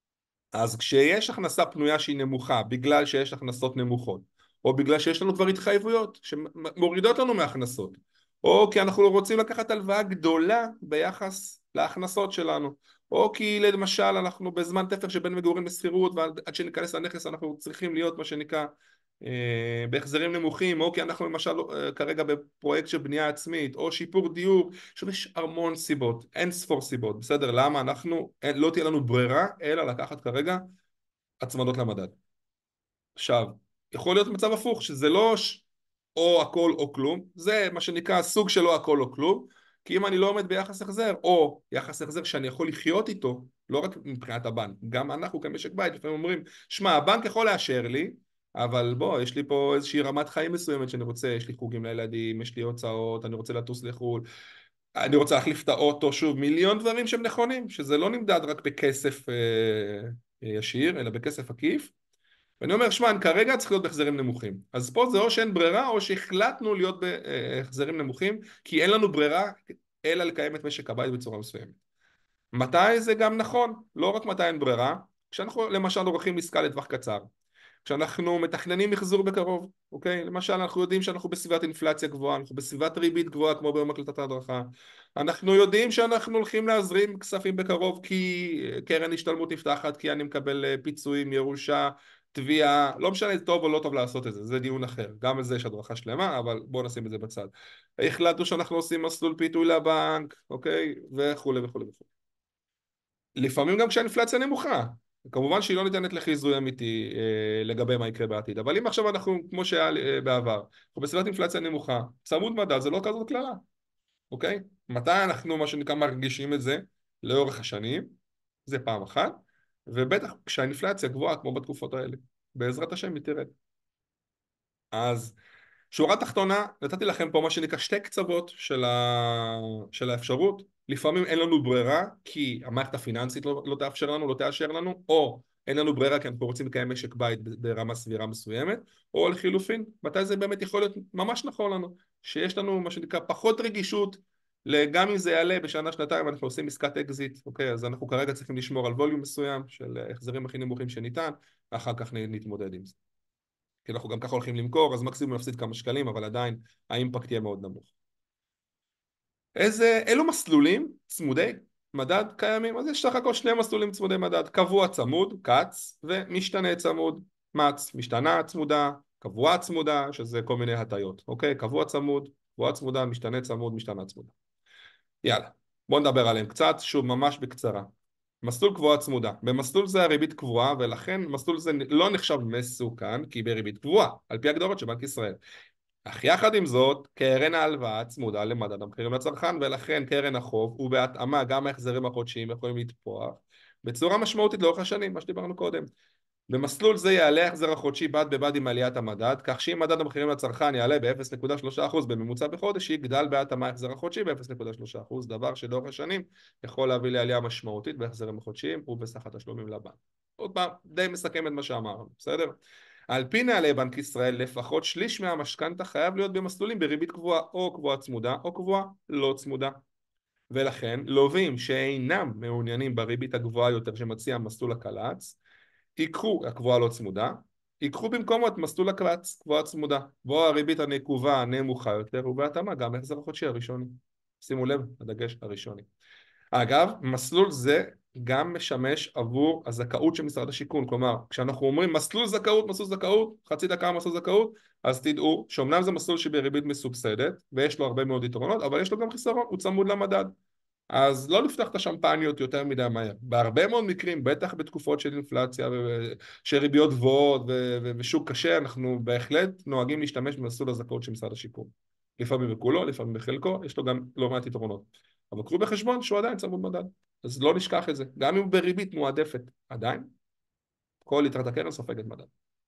אז כשיש הכנסה פנויה שהיא נמוכה, בגלל שיש הכנסות נמוכות, או בגלל שיש לנו כבר התחייבויות שמורידות לנו מהכנסות, או כי אנחנו רוצים לקחת הלוואה גדולה ביחס להכנסות שלנו, או כי למשל אנחנו בזמן תפר שבין מגורים בסחירות ועד שניכנס לנכס אנחנו צריכים להיות מה שנקרא בהחזרים נמוכים, או כי אנחנו למשל כרגע בפרויקט של בנייה עצמית, או שיפור דיור. שוב, יש המון סיבות, אין ספור סיבות, בסדר? למה אנחנו, לא תהיה לנו ברירה אלא לקחת כרגע הצמדות למדד. עכשיו, יכול להיות מצב הפוך, שזה לא או הכל או כלום, זה מה שנקרא סוג שלא הכל או כלום, כי אם אני לא עומד ביחס החזר, או יחס החזר שאני יכול לחיות איתו, לא רק מבחינת הבנק, גם אנחנו כמשק בית לפעמים אומרים, שמע, הבנק יכול לאשר לי, אבל בוא, יש לי פה איזושהי רמת חיים מסוימת שאני רוצה, יש לי חוגים לילדים, יש לי הוצאות, אני רוצה לטוס לחו"ל, אני רוצה להחליף את האוטו, שוב, מיליון דברים שהם נכונים, שזה לא נמדד רק בכסף ישיר, אלא בכסף עקיף. ואני אומר, שמע, כרגע צריך להיות בהחזרים נמוכים. אז פה זה או שאין ברירה, או שהחלטנו להיות בהחזרים נמוכים, כי אין לנו ברירה, אלא לקיים את משק הבית בצורה מסוימת. מתי זה גם נכון? לא רק מתי אין ברירה, כשאנחנו למשל עורכים עסקה לטווח קצר. כשאנחנו מתכננים מחזור בקרוב, אוקיי? למשל, אנחנו יודעים שאנחנו בסביבת אינפלציה גבוהה, אנחנו בסביבת ריבית גבוהה, כמו ביום הקלטת ההדרכה. אנחנו יודעים שאנחנו הולכים להזרים כספים בקרוב, כי קרן השתלמות נפתחת, כי אני מקבל פיצויים, ירושה, תביעה, לא משנה טוב או לא טוב לעשות את זה, זה דיון אחר. גם לזה יש הדרכה שלמה, אבל בואו נשים את זה בצד. החלטנו שאנחנו עושים מסלול פיתוי לבנק, אוקיי? וכולי. לפעמים גם כשהאינפלציה נמוכה. כמובן שהיא לא ניתנת לחיזוי אמיתי לגבי מה יקרה בעתיד, אבל אם עכשיו אנחנו, כמו שהיה בעבר, אנחנו בסביבת אינפלציה נמוכה, צמוד מדד זה לא כזאת קללה. אוקיי? מתי אנחנו, מה שנקרא, מרגישים את זה לאורך השנים? זה פעם אחת, ובטח כשהאינפלציה גבוהה כמו בתקופות האלה. בעזרת השם היא תרד. אז שורה תחתונה, נתתי לכם פה מה שנקרא שתי קצוות של האפשרות. לפעמים אין לנו ברירה כי המערכת הפיננסית לא תאפשר לנו, לא תאשר לנו, או אין לנו ברירה כי אנחנו רוצים לקיים משק בית ברמה סבירה מסוימת, או לחילופין, מתי זה באמת יכול להיות ממש נכון לנו, שיש לנו מה שנקרא פחות רגישות, גם אם זה יעלה בשנה שנתיים אנחנו עושים עסקת אקזיט, אוקיי, אז אנחנו כרגע צריכים לשמור על ווליום מסוים של החזרים הכי נמוכים שניתן, ואחר כך נתמודד עם זה. כי אנחנו גם ככה הולכים למכור, אז מקסימום נפסיד כמה שקלים, אבל עדיין האימפקט יהיה מאוד נמוך. אילו מסלולים צמודי מדד קיימים? אז יש סך הכל שני מסלולים צמודי מדד, קבוע צמוד, קץ, ומשתנה צמוד, מץ, משתנה צמודה, קבועה צמודה, שזה כל מיני הטיות, אוקיי? קבוע צמוד, קבועה צמודה, משתנה צמוד, משתנה צמודה. יאללה, בואו נדבר עליהם קצת, שוב ממש בקצרה. מסלול קבועה צמודה. במסלול זה הריבית קבועה, ולכן מסלול זה לא נחשב מסוכן, כי בריבית קבועה, על פי הגדרות של בנק ישראל. אך יחד עם זאת, קרן ההלוואה צמודה למדד המחירים לצרכן, ולכן קרן החוב, ובהתאמה גם ההחזרים החודשיים יכולים לתפוח בצורה משמעותית לאורך השנים, מה שדיברנו קודם. במסלול זה יעלה ההחזר החודשי בד בבד עם עליית המדד, כך שאם מדד המחירים לצרכן יעלה ב-0.3% בממוצע בחודש, יגדל בהתאמה ההחזר החודשי ב-0.3%, דבר שלאורך השנים יכול להביא לעלייה משמעותית בהחזרים החודשיים ובסך התשלומים לבנק. עוד פעם, די מסכם את מה שאמרנו, בסדר? על פי נהלי בנק ישראל, לפחות שליש מהמשכנתא חייב להיות במסלולים בריבית קבועה, או קבועה צמודה או קבועה לא צמודה. ולכן, לווים שאינם מעוניינים בריבית הגבוהה יותר שמציע מסלול הקל"צ, ייקחו, הקבועה לא צמודה, ייקחו במקומו את מסלול הקל"צ, קבועה צמודה, בו הריבית הנקובה נמוכה יותר, ובהתאמה גם ההחזר החודשי הראשוני. שימו לב, הדגש הראשוני. אגב, מסלול זה גם משמש עבור הזכאות של משרד השיכון, כלומר, כשאנחנו אומרים מסלול זכאות, חצי דקה מסלול זכאות, אז תדעו שאומנם זה מסלול שבריבית מסובסדת, ויש לו הרבה מאוד יתרונות, אבל יש לו גם חיסרון, הוא צמוד למדד. אז לא לפתח את השמפניות יותר מדי מהר. בהרבה מאוד מקרים, בטח בתקופות של אינפלציה של ריביות גבוהות ושוק קשה, אנחנו בהחלט נוהגים להשתמש במסלול הזכאות של משרד השיכון. לפעמים בכולו, לפעמים בחלקו, יש לו גם לא מעט יתרונות. אבל קחו בחשבון שהוא עדיין צמוד מדד. אז לא נשכח את זה. גם אם הוא בריבית מועדפת, עדיין, כל יתרת הקרן סופגת מדד.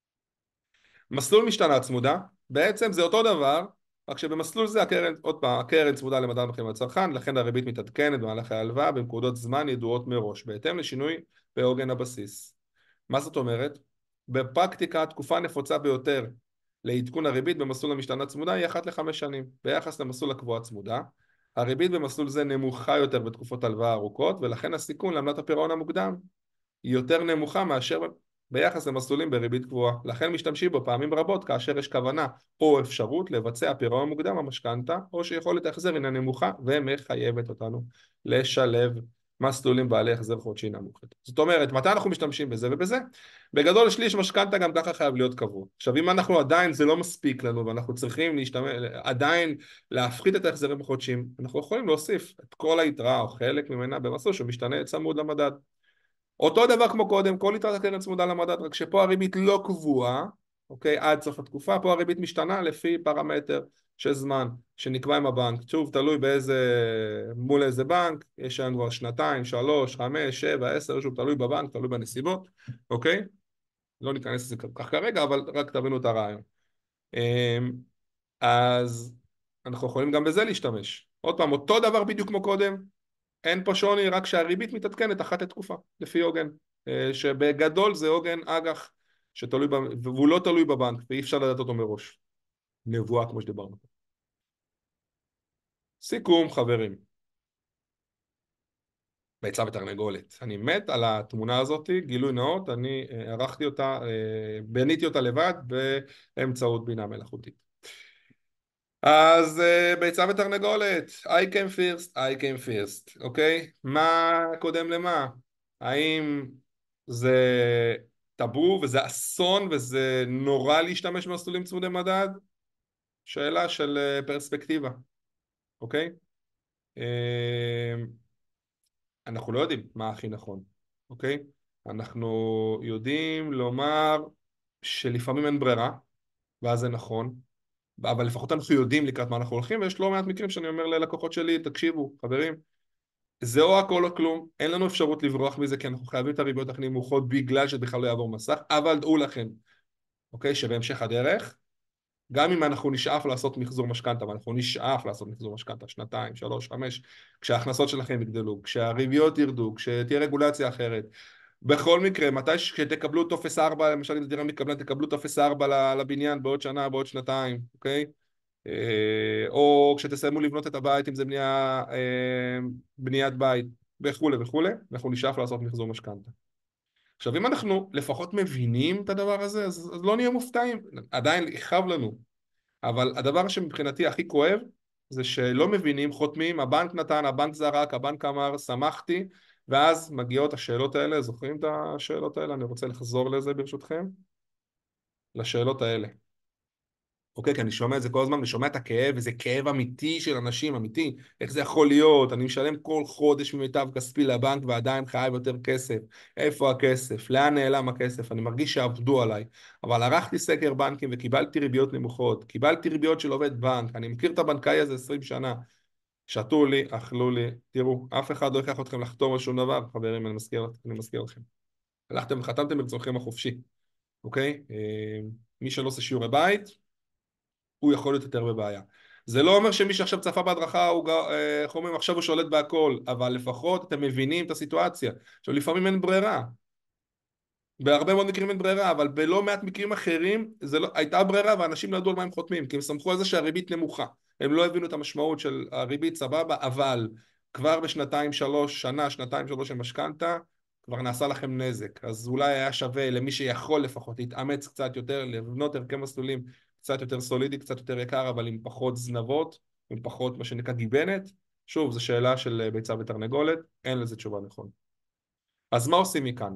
מסלול משתנה צמודה, בעצם זה אותו דבר, רק שבמסלול זה הקרן, עוד פעם, הקרן צמודה למדד המחירים לצרכן, לכן הריבית מתעדכנת במהלך ההלוואה בנקודות זמן ידועות מראש, בהתאם לשינוי בעוגן הבסיס. מה זאת אומרת? בפרקטיקה התקופה הנפוצה ביותר לעדכון הריבית במסלול המשתנה צמודה היא 1 ל-5 שנים, ביחס למסלול הקבועה צמודה. הריבית במסלול זה נמוכה יותר בתקופות הלוואה ארוכות, ולכן הסיכון לעמלת הפירעון המוקדם היא יותר נמוכה מאשר ביחס למסלולים בריבית גבוהה. לכן משתמשים בו פעמים רבות כאשר יש כוונה או אפשרות לבצע פירעון מוקדם במשכנתא, או שיכולת ההחזר הינה נמוכה ומחייבת אותנו לשלב מסלולים בעלי החזר חודשי נמוך. זאת אומרת, מתי אנחנו משתמשים בזה ובזה? בגדול שליש משכנתא גם ככה חייב להיות קבוע. עכשיו אם אנחנו עדיין זה לא מספיק לנו ואנחנו צריכים עדיין להפחית את ההחזרים החודשיים, אנחנו יכולים להוסיף את כל היתרה או חלק ממנה במסלול שמשתנה צמוד למדד. אותו דבר כמו קודם, כל יתרת הקרן צמודה למדד, רק שפה הריבית לא קבועה, אוקיי, עד סוף התקופה, פה הריבית משתנה לפי פרמטר של זמן שנקבע עם הבנק, שוב, תלוי מול איזה בנק, יש שם כבר 2, 3, 5, 7, 10, שוב, תלוי בבנק, תלוי בנסיבות, אוקיי? לא ניכנס לזה כך כרגע, אבל רק תבינו את הרעיון. אז אנחנו יכולים גם בזה להשתמש. עוד פעם, אותו דבר בדיוק כמו קודם, אין פה שוני, רק שהריבית מתעדכנת אחת לתקופה, לפי עוגן, שבגדול זה עוגן אג"ח, והוא לא תלוי בבנק, ואי אפשר לדעת אותו מראש. נבואה כמו שדיברנו. סיכום חברים. ביצה ותרנגולת. אני מת על התמונה הזאת, גילוי נאות, אני ערכתי אותה, בניתי אותה לבד באמצעות בינה מלאכותית. אז ביצה ותרנגולת, I came first, I came first, אוקיי? מה קודם למה? האם זה טאבו וזה אסון וזה נורא להשתמש במסלולים צמודי מדד? שאלה של פרספקטיבה, אוקיי? אנחנו לא יודעים מה הכי נכון, אוקיי? אנחנו יודעים לומר שלפעמים אין ברירה, ואז זה נכון. אבל לפחות אנחנו יודעים לקראת מה אנחנו הולכים, ויש לא מעט מקרים שאני אומר ללקוחות שלי, תקשיבו, חברים, זה או הכל או כלום, אין לנו אפשרות לברוח מזה, כי אנחנו חייבים את הריביות הכי נמוכות בגלל שבכלל לא יעבור מסך, אבל דעו לכם, אוקיי, שבהמשך הדרך, גם אם אנחנו נשאף לעשות מחזור משכנתה, ואנחנו נשאף לעשות מחזור משכנתה, שנתיים, שלוש, חמש, כשההכנסות שלכם יגדלו, כשהריביות ירדו, כשתהיה רגולציה אחרת, בכל מקרה, מתי שתקבלו טופס 4, למשל אם זה דירה מקבלן, תקבלו טופס 4 לבניין בעוד שנה, בעוד שנתיים, אוקיי? או כשתסיימו לבנות את הבית, אם זה בניית בית, וכולי וכולי, אנחנו נשאף לעשות מחזור משכנתה. עכשיו, אם אנחנו לפחות מבינים את הדבר הזה, אז לא נהיה מופתעים. עדיין יכאב לנו, אבל הדבר שמבחינתי הכי כואב, זה שלא מבינים, חותמים, הבנק נתן, הבנק זרק, הבנק אמר, שמחתי, ואז מגיעות השאלות האלה, זוכרים את השאלות האלה? אני רוצה לחזור לזה ברשותכם, לשאלות האלה. אוקיי, כי אני שומע את זה כל הזמן, אני שומע את הכאב, וזה כאב אמיתי של אנשים, אמיתי. איך זה יכול להיות? אני משלם כל חודש ממיטב כספי לבנק ועדיין חייב יותר כסף. איפה הכסף? לאן נעלם הכסף? אני מרגיש שעבדו עליי. אבל ערכתי סקר בנקים וקיבלתי ריביות נמוכות. קיבלתי ריביות של עובד בנק. אני מכיר את הבנקאי הזה 20 שנה. שתו לי, אכלו לי. תראו, אף אחד לא ייקח אתכם לחתום על שום דבר, חברים, אני מזכיר לכם. הלכתם וחתמתם ברצונכם החופשי, אוקיי? מי שלא עושה שיעורי בית, הוא יכול להיות יותר בבעיה. זה לא אומר שמי שעכשיו צפה בהדרכה, איך אומרים, עכשיו הוא שולט בהכל, אבל לפחות אתם מבינים את הסיטואציה. עכשיו, לפעמים אין ברירה. בהרבה מאוד מקרים אין ברירה, אבל בלא מעט מקרים אחרים זה לא, הייתה ברירה ואנשים לא ידעו על מה הם חותמים, כי הם סמכו על זה שהריבית נמוכה. הם לא הבינו את המשמעות של הריבית, סבבה, אבל כבר בשנתיים שלוש, שנה, שנתיים שלוש של משכנתה, כבר נעשה לכם נזק. אז אולי היה שווה למי שיכול לפחות להתאמץ קצת יותר, לבנות הרכב מסלולים קצת יותר סולידי, קצת יותר יקר, אבל עם פחות זנבות, עם פחות מה שנקרא גיבנת. שוב, זו שאלה של ביצה ותרנגולת, אין לזה תשובה נכונה. אז מה עושים מכאן?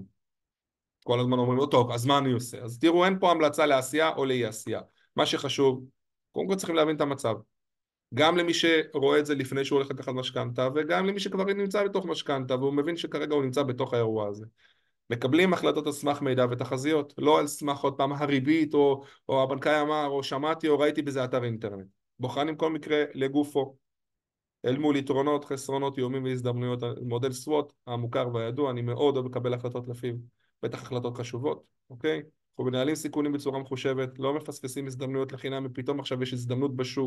כל הזמן אומרים לו, טוב, אז מה אני עושה? אז תראו, אין פה המלצה לעשייה או לאי עשייה. מה שחשוב, קודם כל צריכים להבין את המצב. גם למי שרואה את זה לפני שהוא הולך לקחת משכנתה, וגם למי שכבר נמצא בתוך משכנתה, והוא מבין שכרגע הוא נמצא בתוך האירוע הזה. מקבלים החלטות על סמך מידע ותחזיות, לא על סמך עוד פעם הריבית, או הבנקאי אמר, או שמעתי, או ראיתי בזה אתר אינטרנט. בוחנים כל מקרה לגופו. אל מול יתרונות, חסרונות, איומים והזדמנויות, מודל סוואט המוכר והידוע, אני מאוד אוהב לקבל החלטות לפיו, בטח החלטות חשובות, אוקיי? אנחנו מנהלים סיכונים בצורה מחושבת, לא מפספסים הזדמנויות לחינם, ופתאום עכשיו יש הזדמנות בשוק,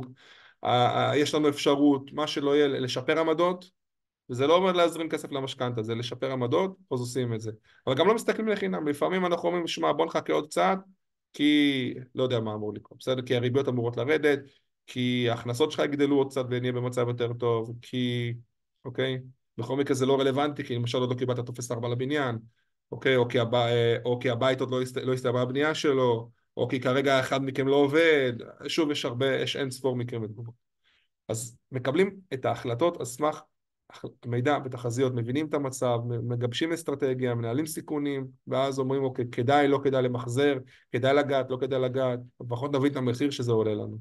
יש לנו אפשרות, מה שלא יהיה, לשפר עמדות, וזה לא אומר להזרים כסף למשכנתה, זה לשפר עמדות, אז עושים את זה. אבל גם לא מסתכלים לחינם, לפעמים אנחנו אומרים, שמע, בוא נחכה עוד קצת, כי לא יודע מה אמור לקרות, בסדר? כי הריביות אמורות לרדת, כי ההכנסות שלך יגדלו עוד קצת ונהיה במצב יותר טוב, כי, אוקיי? בכל מקרה זה לא רלוונטי, כי למשל עוד לא קיבלת טופס 4 לבניין, אוקיי? או כי הבית עוד לא הסתיימה הבנייה שלו, או כי כרגע אחד מכם לא עובד, שוב, יש אין ספור מקרים ותגובות. אז מקבלים את ההחלטות על סמך מידע ותחזיות, מבינים את המצב, מגבשים אסטרטגיה, מנהלים סיכונים, ואז אומרים, אוקיי, כדאי, לא כדאי למחזר, כדאי לגעת, לא כדאי לגעת, לפחות נבין את המחיר שזה עולה לנו.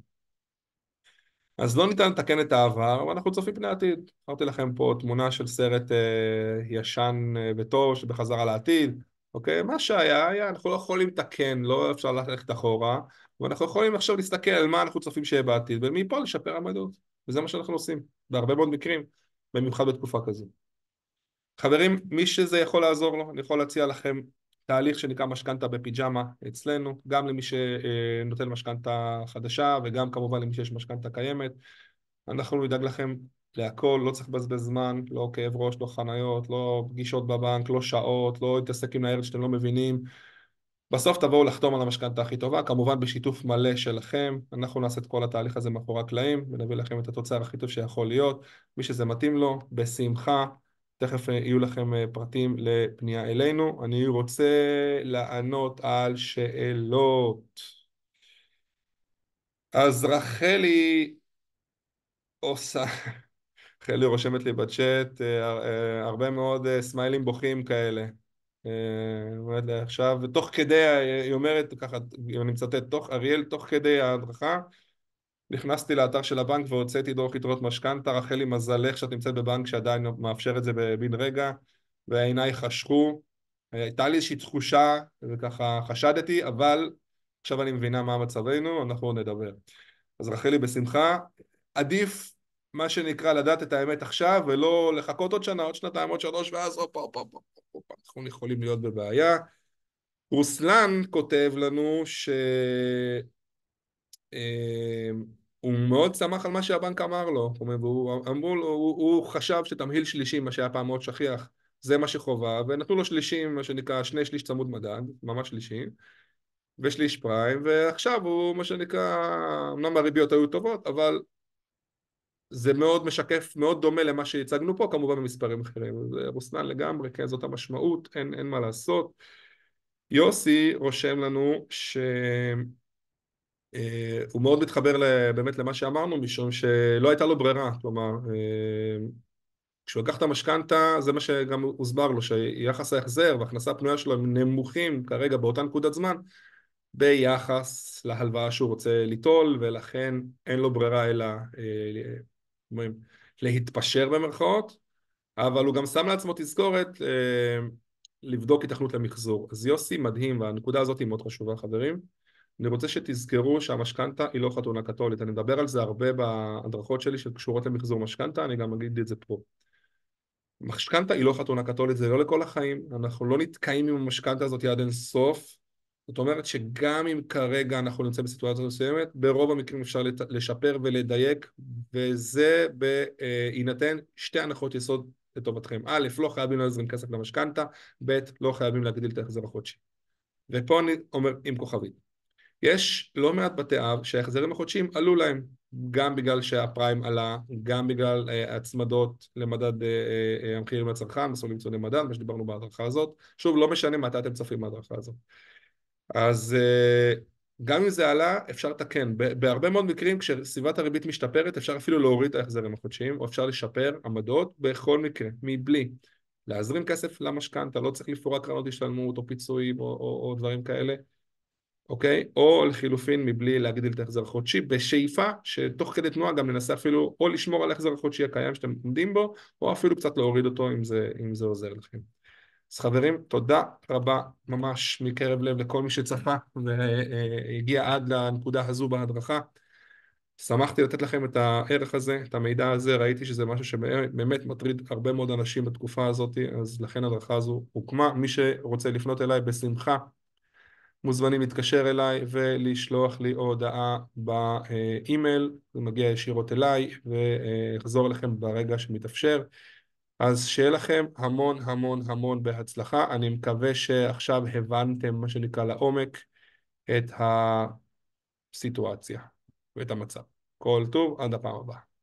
אז לא ניתן לתקן את העבר, אבל אנחנו צופים פני העתיד. אמרתי לכם פה תמונה של סרט ישן וטוב שבחזרה לעתיד, אוקיי? מה שהיה, היה, אנחנו לא יכולים לתקן, לא אפשר ללכת אחורה, ואנחנו יכולים עכשיו להסתכל על מה אנחנו צופים שיהיה בעתיד, ומפה לשפר עמדות. וזה מה שאנחנו עושים, בהרבה מאוד מקרים, במיוחד בתקופה כזו. חברים, מי שזה יכול לעזור לו, אני יכול להציע לכם תהליך שנקרא משכנתה בפיג'מה אצלנו, גם למי שנותן משכנתה חדשה וגם כמובן למי שיש משכנתה קיימת. אנחנו נדאג לכם להכל, לא צריך לבזבז זמן, לא כאב ראש, לא חניות, לא פגישות בבנק, לא שעות, לא להתעסק עם ניירת שאתם לא מבינים. בסוף תבואו לחתום על המשכנתה הכי טובה, כמובן בשיתוף מלא שלכם. אנחנו נעשה את כל התהליך הזה מאחורי הקלעים ונביא לכם את התוצר הכי טוב שיכול להיות. מי שזה מתאים לו, בשמחה. תכף יהיו לכם פרטים לפנייה אלינו. אני רוצה לענות על שאלות. אז רחלי עושה, רחלי רושמת לי בצ'אט הרבה מאוד סמיילים בוכים כאלה. אומרת לי עכשיו, ותוך כדי, היא אומרת ככה, אם אני מצטט, אריאל, תוך כדי ההדרכה, נכנסתי לאתר של הבנק והוצאתי דוח יתרות משכנתה, רחלי מזלך שאת נמצאת בבנק שעדיין מאפשר את זה בן רגע, ועיניי חשכו, הייתה לי איזושהי תחושה, וככה חשדתי, אבל עכשיו אני מבינה מה מצבנו, אנחנו נדבר. אז רחלי בשמחה, עדיף מה שנקרא לדעת את האמת עכשיו ולא לחכות עוד שנה, עוד שנתיים, עוד שלוש, ואז הופה, הופה, הופה, הופה, אנחנו יכולים להיות בבעיה. רוסלן כותב לנו אה, הוא מאוד שמח על מה שהבנק אמר לו, זאת אומרת, אמרו לו, הוא חשב שתמהיל שלישי, מה שהיה פעם מאוד שכיח, זה מה שחובה, ונתנו לו שלישים, מה שנקרא, שני שליש צמוד מדד, ממש שלישי, ושליש פריים, ועכשיו הוא, מה שנקרא, אמנם הריביות היו טובות, אבל זה מאוד משקף, מאוד דומה למה שהצגנו פה, כמובן במספרים אחרים. זה רוסנן לגמרי, כן, זאת המשמעות, אין מה לעשות. יוסי רושם לנו הוא מאוד מתחבר באמת למה שאמרנו, משום שלא הייתה לו ברירה, כלומר, כשהוא לקח את המשכנתה, זה מה שגם הוסבר לו, שיחס ההחזר וההכנסה הפנויה שלו הם נמוכים כרגע באותה נקודת זמן, ביחס להלוואה שהוא רוצה ליטול, ולכן אין לו ברירה אלא אומרים, להתפשר במרכאות, אבל הוא גם שם לעצמו תזכורת לבדוק התכנות למחזור. אז יוסי מדהים, והנקודה הזאת היא מאוד חשובה, חברים. אני רוצה שתזכרו שהמשכנתה היא לא חתונה קתולית. אני מדבר על זה הרבה בהדרכות שלי שקשורות למחזור משכנתה, אני גם אגיד את זה פה. משכנתה היא לא חתונה קתולית, זה לא לכל החיים, אנחנו לא נתקעים עם המשכנתה הזאת עד אין סוף. זאת אומרת שגם אם כרגע אנחנו נמצא בסיטואציה מסוימת, ברוב המקרים אפשר לשפר ולדייק, וזה בהינתן שתי הנחות יסוד לטובתכם. א', לא חייבים להזרים כסף למשכנתה, ב', לא חייבים להגדיל את ההחזר החודשי. ופה אני אומר עם כוכבית. יש לא מעט בתי אב שההחזרים החודשיים עלו להם, גם בגלל שהפריים עלה, גם בגלל הצמדות למדד המחירים לצרכן, מסלול למצוא למדד, מה שדיברנו בהדרכה הזאת. שוב, לא משנה מתי אתם צופים בהדרכה הזאת. אז גם אם זה עלה, אפשר לתקן. בהרבה מאוד מקרים, כשסביבת הריבית משתפרת, אפשר אפילו להוריד את ההחזרים החודשיים, או אפשר לשפר עמדות בכל מקרה, מבלי להזרים כסף למשכנתה, לא צריך לפרוע קרנות השתלמות או פיצויים או דברים כאלה. אוקיי? או לחילופין מבלי להגדיל את ההחזר החודשי, בשאיפה שתוך כדי תנועה גם ננסה אפילו או לשמור על ההחזר החודשי הקיים שאתם עומדים בו, או אפילו קצת להוריד אותו אם זה עוזר לכם. אז חברים, תודה רבה ממש מקרב לב לכל מי שצפה והגיע עד לנקודה הזו בהדרכה. שמחתי לתת לכם את הערך הזה, את המידע הזה, ראיתי שזה משהו שבאמת מטריד הרבה מאוד אנשים בתקופה הזאת, אז לכן ההדרכה הזו הוקמה. מי שרוצה לפנות אליי בשמחה, מוזמנים להתקשר אליי ולשלוח לי הודעה באימייל, זה מגיע ישירות אליי ויחזור אליכם ברגע שמתאפשר. אז שיהיה לכם המון המון המון בהצלחה. אני מקווה שעכשיו הבנתם מה שנקרא לעומק את הסיטואציה ואת המצב. כל טוב, עד הפעם הבאה.